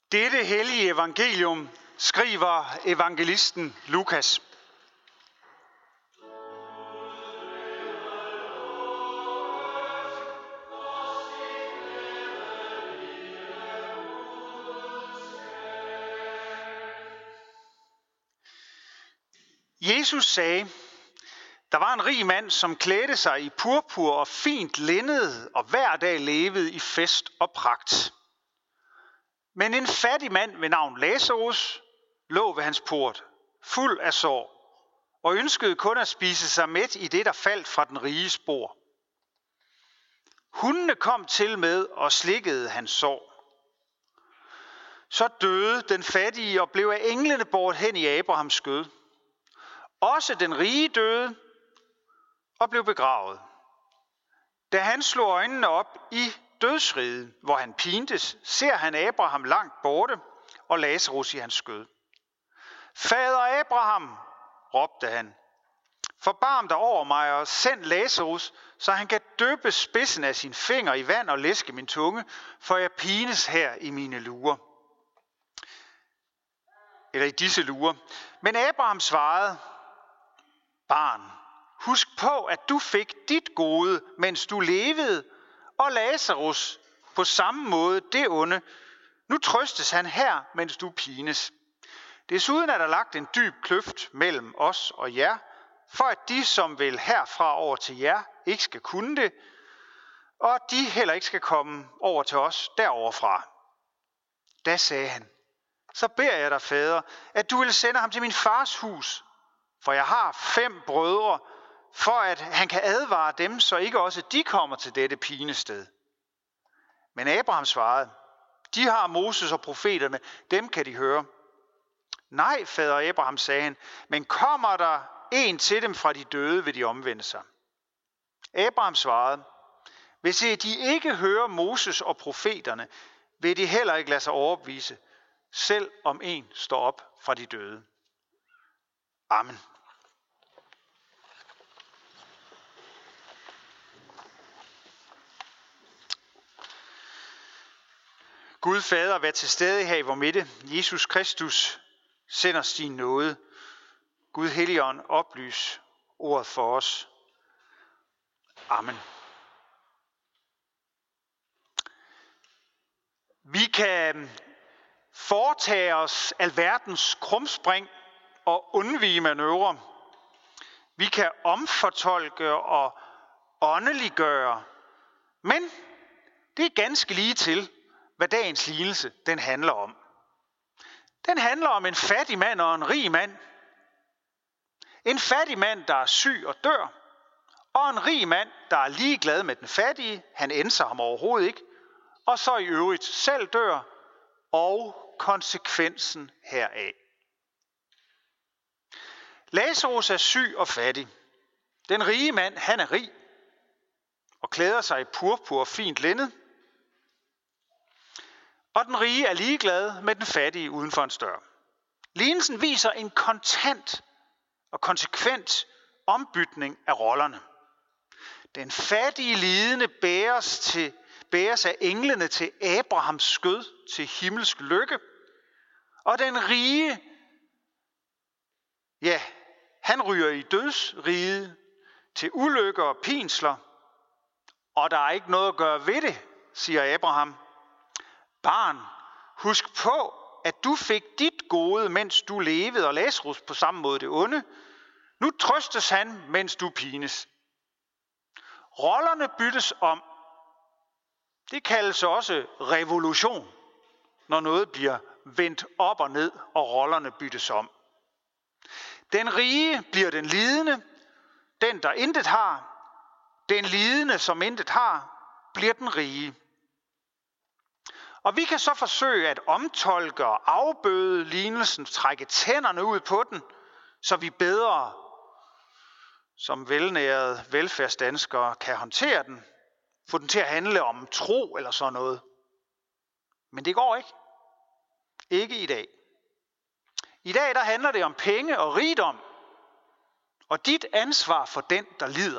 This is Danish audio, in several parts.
Dette hellige evangelium skriver evangelisten Lukas. Jesus sagde, der var en rig mand, som klædte sig i purpur og fint linned og hver dag levede i fest og pragt. Men en fattig mand ved navn Lazarus lå ved hans port, fuld af sår, og ønskede kun at spise sig mæt i det, der faldt fra den riges bord. Hundene kom til med og slikkede hans sår. Så døde den fattige og blev af englene båret hen i Abrahams skød. Også den rige døde og blev begravet. Da han slog øjnene op i dødsriget, hvor han pintes, ser han Abraham langt borte og Lazarus i hans skød. Fader Abraham, råbte han, forbarm dig over mig og send Lazarus, så han kan dyppe spidsen af sin finger i vand og læske min tunge, for jeg pines her i mine lurer. Eller i disse lurer. Men Abraham svarede, barn, husk på, at du fik dit gode, mens du levede, og Lazarus på samme måde det onde. Nu trøstes han her, mens du pines. Desuden er der lagt en dyb kløft mellem os og jer, for at de, som vil herfra over til jer, ikke skal kunne det, og at de heller ikke skal komme over til os deroverfra. Da sagde han, så beder jeg dig, fader, at du vil sende ham til min fars hus, for jeg har 5 brødre, for at han kan advare dem, så ikke også de kommer til dette pinested. Men Abraham svarede, de har Moses og profeterne, dem kan de høre. Nej, fader Abraham, sagde han, men kommer der en til dem fra de døde, vil de omvende sig. Abraham svarede, hvis de ikke hører Moses og profeterne, vil de heller ikke lade sig overbevise, selv om en står op fra de døde. Amen. Gud Fader, vær til stede her i vor midte. Jesus Kristus, send os din nåde. Gud Helligånd, oplys ordet for os. Amen. Vi kan foretage os alverdens krumspring og undvige manøvrer. Vi kan omfortolke og åndeliggøre. Men det er ganske lige til, hvad dagens lignelse den handler om. Den handler om en fattig mand og en rig mand. En fattig mand, der er syg og dør, og en rig mand, der er ligeglad med den fattige. Han ænser ham overhovedet ikke, og så i øvrigt selv dør, og konsekvensen heraf. Lazarus er syg og fattig. Den rige mand, han er rig, og klæder sig i purpur og fint linned. Og den rige er ligeglad med den fattige uden for en dør. Lignelsen viser en kontant og konsekvent ombytning af rollerne. Den fattige lidende bæres af englene til Abrahams skød til himmelsk lykke. Og den rige, ja, han ryger i dødsriget til ulykker og pinsler. Og der er ikke noget at gøre ved det, siger Abraham. Barn, husk på, at du fik dit gode, mens du levede, og Lazarus på samme måde det onde. Nu trøstes han, mens du pines. Rollerne byttes om. Det kaldes også revolution, når noget bliver vendt op og ned, og rollerne byttes om. Den rige bliver den lidende, den der intet har. Den lidende, som intet har, bliver den rige. Og vi kan så forsøge at omtolke og afbøde lignelsen, trække tænderne ud på den, så vi bedre som velnærede velfærdsdanskere kan håndtere den, få den til at handle om tro eller sådan noget. Men det går ikke. Ikke i dag. I dag der handler det om penge og rigdom, og dit ansvar for den, der lider.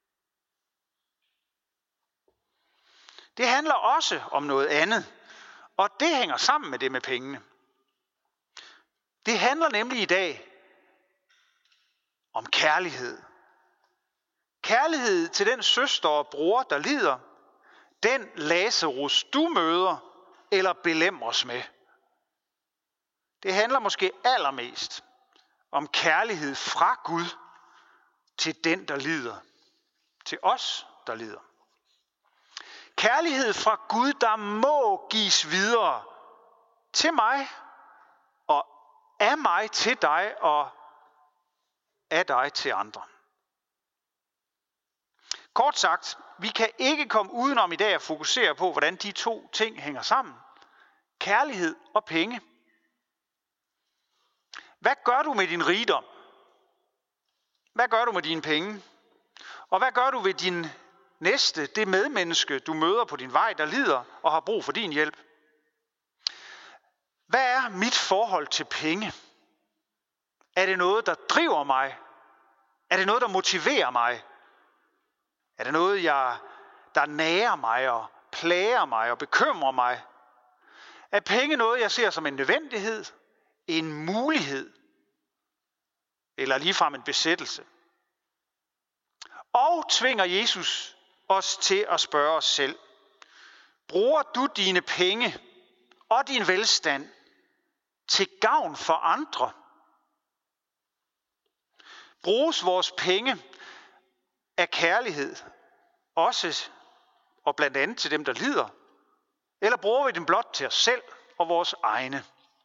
Det handler også om noget andet, Og det hænger sammen med det med pengene. Det handler nemlig i dag om kærlighed. Kærlighed til den søster og bror, der lider. Den Lazarus, du møder eller belemres med. Det handler måske allermest om kærlighed fra Gud til den, der lider. Til os, der lider. Kærlighed fra Gud, der må gives videre til mig, og af mig til dig, og af dig til andre. Kort sagt, vi kan ikke komme udenom i dag at fokusere på, hvordan de to ting hænger sammen. Kærlighed og penge. Hvad gør du med din rigdom? Hvad gør du med dine penge? Og hvad gør du ved din næste, det medmenneske, du møder på din vej, der lider og har brug for din hjælp? Hvad er mit forhold til penge? Er det noget, der driver mig? Er det noget, der motiverer mig? Er det noget, der nærer mig og plager mig og bekymrer mig? Er penge noget, jeg ser som en nødvendighed, en mulighed eller ligefrem en besættelse? Og tvinger Jesus os til at spørge os selv: bruger du dine penge og din velstand til gavn for andre? Bruges vores penge af kærlighed også og blandt andet til dem, der lider? Eller bruger vi dem blot til os selv og vores egne?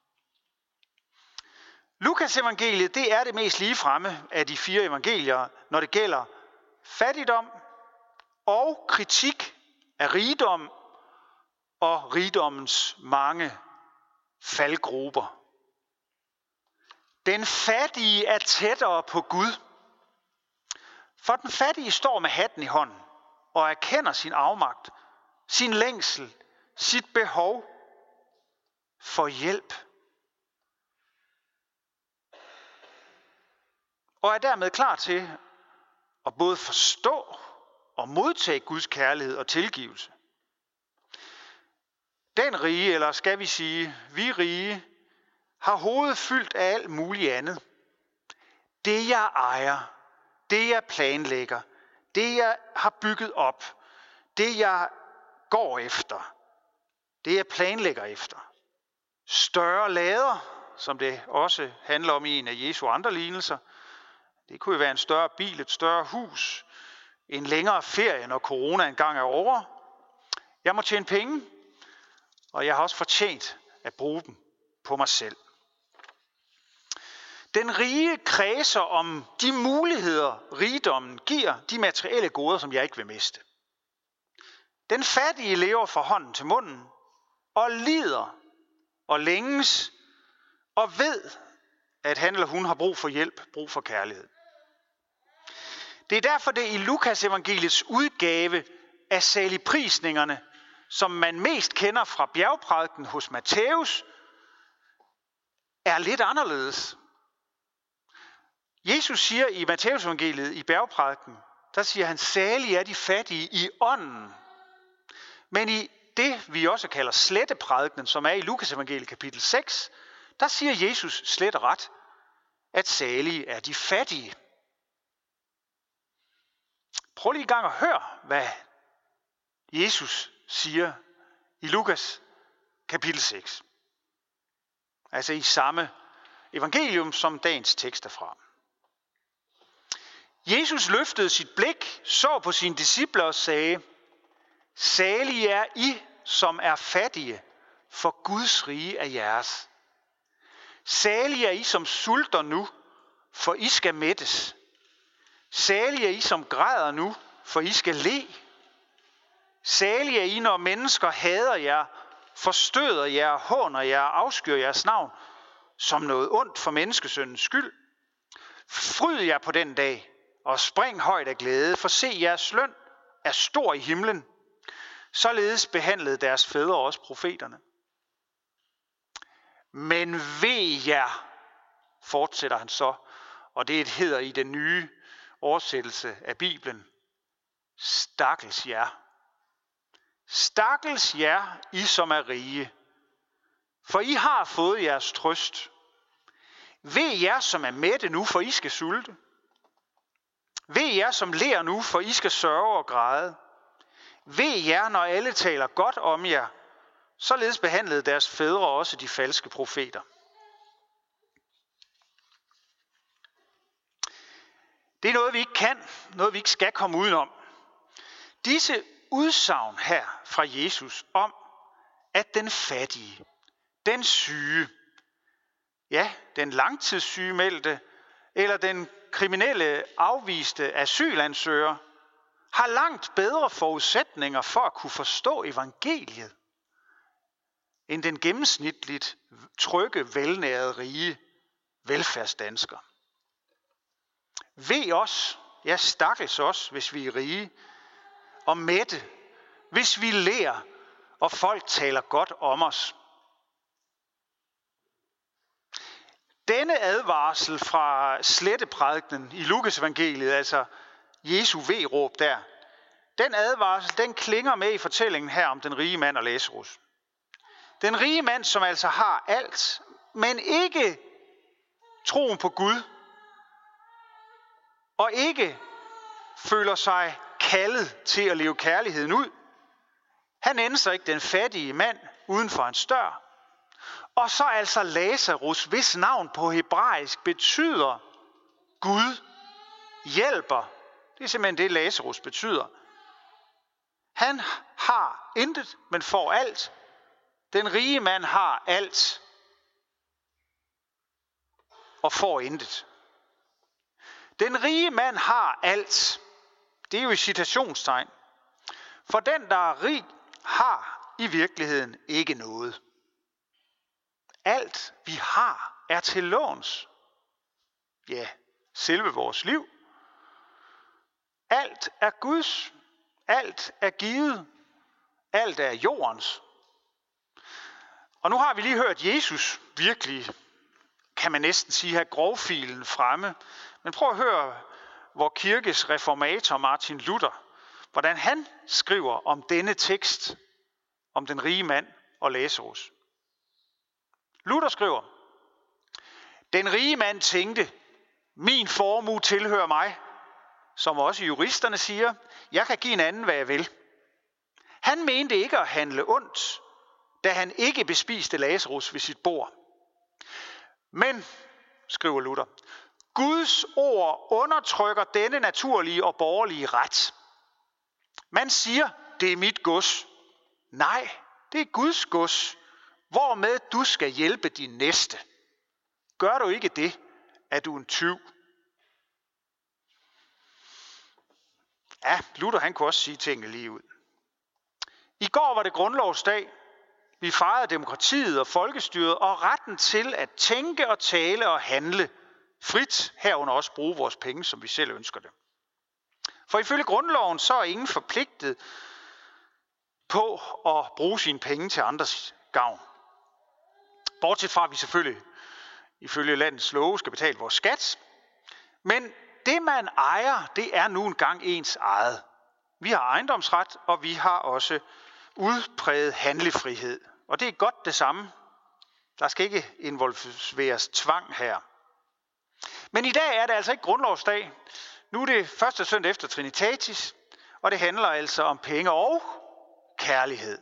Lukas evangeliet, det er det mest ligefremme af de 4 evangelier, når det gælder fattigdom og kritik af rigdom og rigdommens mange faldgruber. Den fattige er tættere på Gud, for den fattige står med hatten i hånden og erkender sin afmagt, sin længsel, sit behov for hjælp. Og er dermed klar til at både forstå og modtage Guds kærlighed og tilgivelse. Den rige, eller skal vi sige, vi rige, har hovedet fyldt af alt muligt andet. Det jeg ejer, det jeg planlægger, det jeg har bygget op, det jeg går efter, det jeg planlægger efter. Større lader, som det også handler om i en af Jesu andre lignelser. Det kunne jo være en større bil, et større hus, en længere ferie, når corona engang er over. Jeg må tjene penge, og jeg har også fortjent at bruge dem på mig selv. Den rige kredser om de muligheder, rigdommen giver, de materielle goder, som jeg ikke vil miste. Den fattige lever fra hånden til munden, og lider og længes, og ved, at han eller hun har brug for hjælp, brug for kærlighed. Det er derfor, det i Lukas evangeliets udgave af saligprisningerne, som man mest kender fra bjergprædiken hos Matthæus, er lidt anderledes. Jesus siger i Matthæus evangeliet i bjergprædiken, der siger han, salige er de fattige i ånden. Men i det, vi også kalder sletteprædikenen, som er i Lukas evangeliet kapitel 6, der siger Jesus slet og ret, at salige er de fattige. Prøv lige en gang at høre, hvad Jesus siger i Lukas kapitel 6. Altså i samme evangelium, som dagens tekst er fra. Jesus løftede sit blik, så på sine disciple og sagde, salige er I, som er fattige, for Guds rige er jeres. Salige er I, som sulter nu, for I skal mættes. Salige er I, som græder nu, for I skal le. Salige er I, når mennesker hader jer, forstøder jer, håner jer og afskyr jeres navn, som noget ondt for menneskesyndens skyld. Fryd jer på den dag, og spring højt af glæde, for se jeres løn er stor i himlen. Således behandlede deres fædre også profeterne. Men ved jer, fortsætter han så, og det hedder i den nye oversættelse af Bibelen, stakkels jer. Stakkels jer, I som er rige, for I har fået jeres trøst. Ved jer, som er mætte nu, for I skal sulte. Ved jer, som ler nu, for I skal sørge og græde. Ved jer, når alle taler godt om jer, således behandlede deres fædre også de falske profeter. Det er noget, vi ikke kan, noget vi ikke skal komme udenom. Disse udsagn her fra Jesus om, at den fattige, den syge, ja, den langtidssygemeldte eller den kriminelle afviste asylansøger, har langt bedre forudsætninger for at kunne forstå evangeliet, end den gennemsnitligt trygge, velnærede, rige velfærdsdansker. Ved os, ja stakkels os, hvis vi er rige, og mætte, hvis vi ler, og folk taler godt om os. Denne advarsel fra sletteprædikenen i Lukas evangeliet, altså Jesu V-råb der, den advarsel, den klinger med i fortællingen her om den rige mand og Lazarus. Den rige mand, som altså har alt, men ikke troen på Gud, og ikke føler sig kaldet til at leve kærligheden ud. Han ender ikke den fattige mand uden for hans dør. Og så altså Lazarus, hvis navn på hebraisk betyder Gud hjælper. Det er simpelthen det, Lazarus betyder. Han har intet, men får alt. Den rige mand har alt og får intet. Den rige mand har alt. Det er jo i citationstegn. For den, der er rig, har i virkeligheden ikke noget. Alt vi har er til låns. Ja, selve vores liv. Alt er Guds. Alt er givet. Alt er jordens. Og nu har vi lige hørt Jesus virkelig, kan man næsten sige, have grovfilen fremme. Men prøv at høre, hvor kirkes reformator Martin Luther, hvordan han skriver om denne tekst, om den rige mand og Lazarus. Luther skriver, den rige mand tænkte, min formue tilhører mig, som også juristerne siger, jeg kan give en anden, hvad jeg vil. Han mente ikke at handle ondt, da han ikke bespiste Lazarus ved sit bord. Men, skriver Luther, Guds ord undertrykker denne naturlige og borgerlige ret. Man siger, det er mit gods. Nej, det er Guds gods, hvormed du skal hjælpe din næste. Gør du ikke det, er du en tyv. Ja, Luther han kunne også sige tingene lige ud. I går var det grundlovsdag. Vi fejrede demokratiet og folkestyret og retten til at tænke og tale og handle frit, herunder også bruge vores penge, som vi selv ønsker det. For ifølge grundloven, så er ingen forpligtet på at bruge sine penge til andres gavn. Bortset fra, at vi selvfølgelig ifølge landets love skal betale vores skat. Men det, man ejer, det er nu engang ens eget. Vi har ejendomsret, og vi har også udpræget handlefrihed. Og det er godt det samme. Der skal ikke involveres tvang her. Men i dag er det altså ikke grundlovsdag. Nu er det første søndag efter Trinitatis, og det handler altså om penge og kærlighed.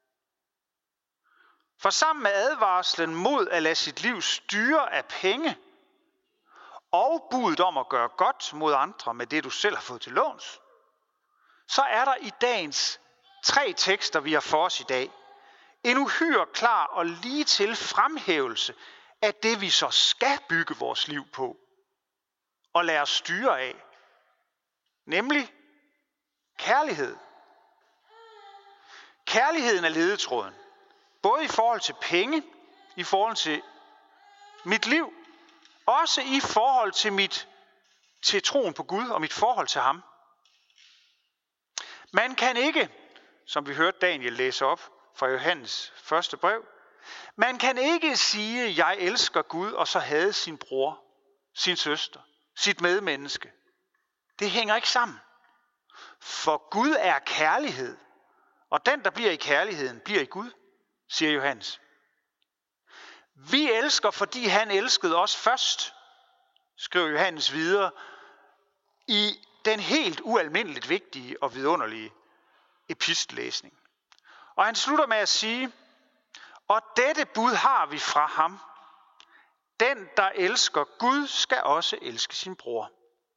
For sammen med advarslen mod at lade sit liv styre af penge, og budet om at gøre godt mod andre med det, du selv har fået til låns, så er der i dagens 3 tekster, vi har for os i dag, en uhyre klar og lige til fremhævelse af det, vi så skal bygge vores liv på og lade os styre af, nemlig kærlighed. Kærligheden er ledetråden, både i forhold til penge, i forhold til mit liv, også i forhold til troen på Gud og mit forhold til ham. Man kan ikke, som vi hørte Daniel læse op fra Johannes første brev, man kan ikke sige, jeg elsker Gud, og så hade sin bror, sin søster, sit medmenneske. Det hænger ikke sammen. For Gud er kærlighed, og den, der bliver i kærligheden, bliver i Gud, siger Johannes. Vi elsker, fordi han elskede os først, skriver Johannes videre i den helt ualmindeligt vigtige og vidunderlige epistellæsning. Og han slutter med at sige, og dette bud har vi fra ham. Den, der elsker Gud, skal også elske sin bror.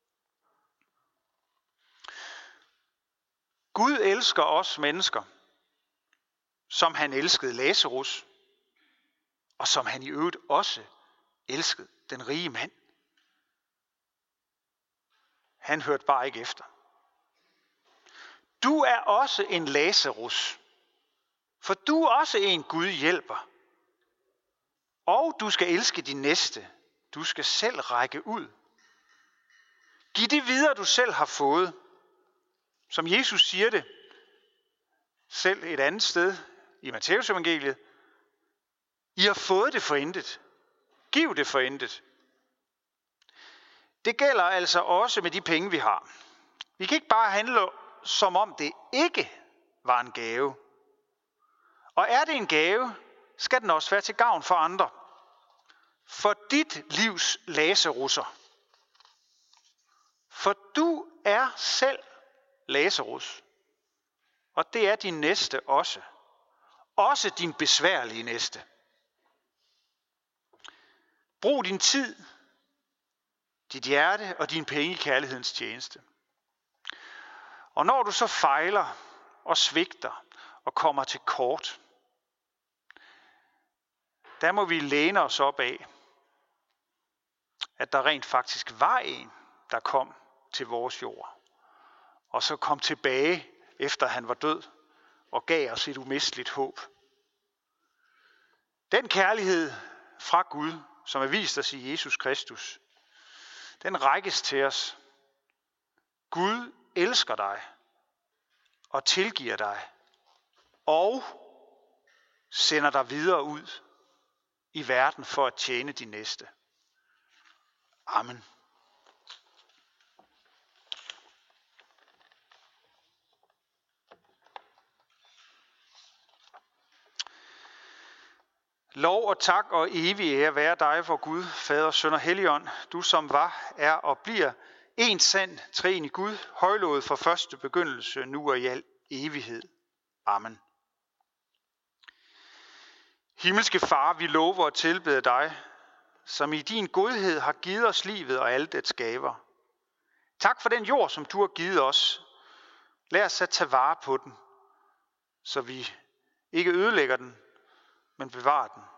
Gud elsker os mennesker, som han elskede Lazarus, og som han i øvrigt også elskede den rige mand. Han hørte bare ikke efter. Du er også en Lazarus, for du er også en Gud hjælper. Og du skal elske din næste. Du skal selv række ud. Giv det videre, du selv har fået. Som Jesus siger det, selv et andet sted i Matthæus evangeliet. I har fået det for intet. Giv det for intet. Det gælder altså også med de penge, vi har. Vi kan ikke bare handle, som om det ikke var en gave. Og er det en gave, skal den også være til gavn for andre. For dit livs Lazarusser. For du er selv Lazarus. Og det er din næste også. Også din besværlige næste. Brug din tid, dit hjerte og din penge i kærlighedens tjeneste. Og når du så fejler og svigter og kommer til kort, der må vi læne os op af, at der rent faktisk var en, der kom til vores jord. Og så kom tilbage, efter han var død, og gav os et umisteligt håb. Den kærlighed fra Gud, som er vist os i Jesus Kristus, den rækkes til os. Gud elsker dig og tilgiver dig og sender dig videre ud i verden for at tjene din næste. Amen. Lov og tak og evig ære være dig, vor Gud, Fader, Søn og Helligånd, du som var, er og bliver en sand treenig Gud, højlovet fra første begyndelse, nu og i al evighed. Amen. Himmelske Far, vi lover og tilbeder dig, som i din godhed har givet os livet og alt dets gaver. Tak for den jord, som du har givet os. Lad os at tage vare på den, så vi ikke ødelægger den, men bevarer den.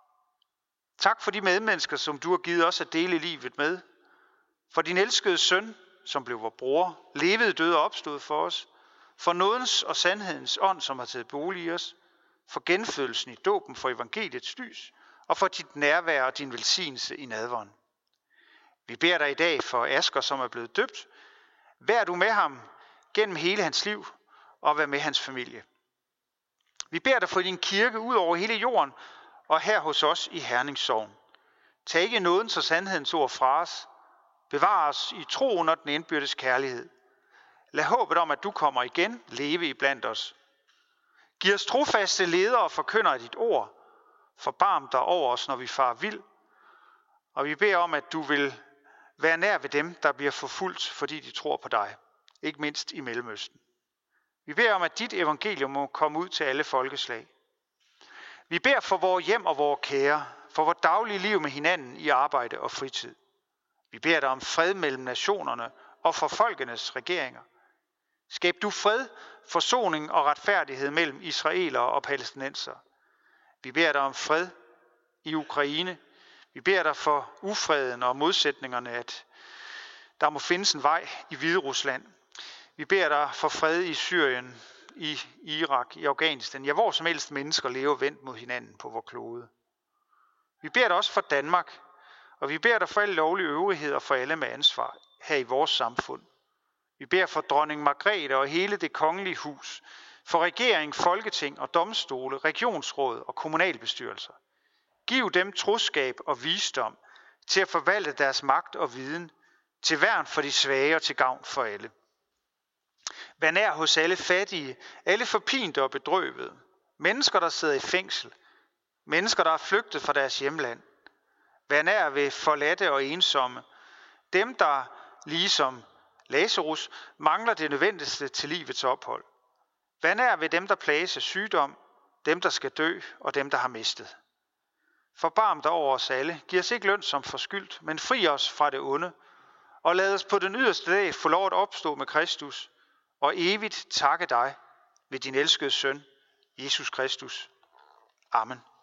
Tak for de medmennesker, som du har givet os at dele livet med. For din elskede søn, som blev vor bror, levede, døde og opstod for os. For nådens og sandhedens ånd, som har taget bolig i os. For genfødelsen i dåben, for evangeliets lys. Og for dit nærvær og din velsignelse i nadveren. Vi beder dig i dag for Asger, som er blevet døbt. Vær du med ham gennem hele hans liv, og vær med hans familie. Vi beder dig for din kirke ud over hele jorden, og her hos os i Herning Sogn. Tag ikke nådens og sandhedens ord fra os. Bevar os i troen og den indbyrdes kærlighed. Lad håbet om, at du kommer igen, leve iblandt os. Giv os trofaste ledere og forkynder af dit ord. Forbarm dig over os, når vi farer vild. Og vi beder om, at du vil være nær ved dem, der bliver forfulgt, fordi de tror på dig. Ikke mindst i Mellemøsten. Vi beder om, at dit evangelium må komme ud til alle folkeslag. Vi beder for vores hjem og vores kære, for vores daglige liv med hinanden i arbejde og fritid. Vi beder dig om fred mellem nationerne og for folkenes regeringer. Skab du fred, forsoning og retfærdighed mellem israelere og palæstinensere. Vi beder dig om fred i Ukraine. Vi beder dig for ufreden og modsætningerne, at der må findes en vej i Hviderusland. Vi beder dig for fred i Syrien, i Irak, i Afghanistan. Ja, hvor som helst mennesker lever vendt mod hinanden på vor klode. Vi beder dig også for Danmark, og vi beder dig for alle lovlige øvrigheder for alle med ansvar her i vores samfund. Vi beder for dronning Margrethe og hele det kongelige hus, for regering, folketing og domstole, regionsråd og kommunalbestyrelser. Giv dem troskab og visdom til at forvalte deres magt og viden, til værn for de svage og til gavn for alle. Vær nær hos alle fattige, alle forpinte og bedrøvede, mennesker, der sidder i fængsel, mennesker, der er flygtet fra deres hjemland. Vær nær ved forladte og ensomme, dem, der ligesom Lazarus mangler det nødvendigste til livets ophold. Vær nær ved dem, der plages af sygdom, dem, der skal dø, og dem, der har mistet. Forbarm dig over os alle, giv os ikke løn som forskyldt, men fri os fra det onde, og lad os på den yderste dag få lov at opstå med Kristus, og evigt takke dig ved din elskede søn, Jesus Kristus. Amen.